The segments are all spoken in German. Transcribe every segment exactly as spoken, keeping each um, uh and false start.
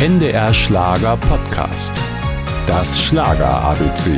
N D R Schlager Podcast. Das Schlager-A B C.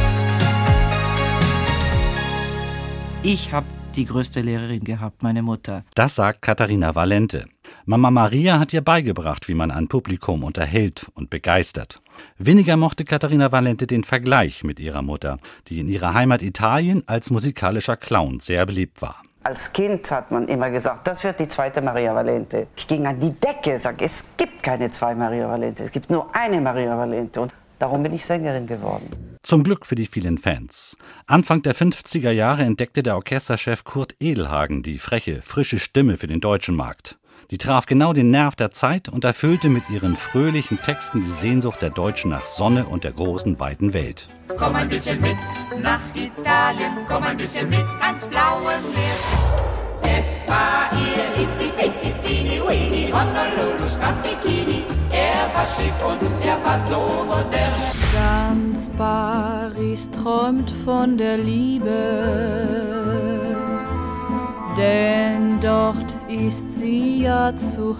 Ich habe die größte Lehrerin gehabt, meine Mutter. Das sagt Katharina Valente. Mama Maria hat ihr beigebracht, wie man ein Publikum unterhält und begeistert. Weniger mochte Katharina Valente den Vergleich mit ihrer Mutter, die in ihrer Heimat Italien als musikalischer Clown sehr beliebt war. Als Kind hat man immer gesagt, das wird die zweite Maria Valente. Ich ging an die Decke, sag, es gibt keine zwei Maria Valente, es gibt nur eine Maria Valente. Und darum bin ich Sängerin geworden. Zum Glück für die vielen Fans. Anfang der fünfziger Jahre entdeckte der Orchesterchef Kurt Edelhagen die freche, frische Stimme für den deutschen Markt. Die traf genau den Nerv der Zeit und erfüllte mit ihren fröhlichen Texten die Sehnsucht der Deutschen nach Sonne und der großen, weiten Welt. Komm ein bisschen mit nach Italien, komm ein bisschen mit ans blaue Meer. Es war ihr Itzi, Itzi, Dini, Weini, Honolulu, Strandbikini. Er war schick und er war so modern. Ganz Paris träumt von der Liebe, denn dort ist sie ja zu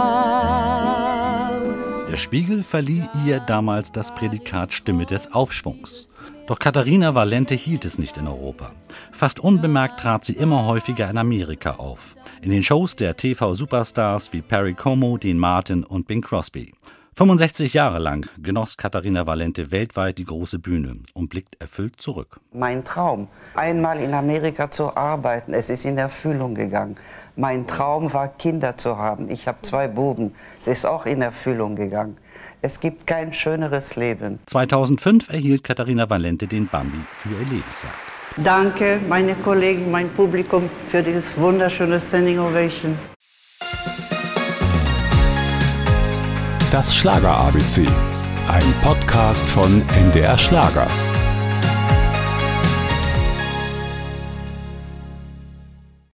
Haus. Der Spiegel verlieh ihr damals das Prädikat Stimme des Aufschwungs. Doch Katharina Valente hielt es nicht in Europa. Fast unbemerkt trat sie immer häufiger in Amerika auf. In den Shows der T V-Superstars wie Perry Como, Dean Martin und Bing Crosby. fünfundsechzig Jahre lang genoss Katharina Valente weltweit die große Bühne und blickt erfüllt zurück. Mein Traum, einmal in Amerika zu arbeiten, es ist in Erfüllung gegangen. Mein Traum war, Kinder zu haben. Ich habe zwei Buben, es ist auch in Erfüllung gegangen. Es gibt kein schöneres Leben. zweitausendfünf erhielt Katharina Valente den Bambi für ihr Lebenswerk. Danke, meine Kollegen, mein Publikum, für dieses wunderschöne Standing Ovation. Das Schlager-A B C. Ein Podcast von N D R Schlager.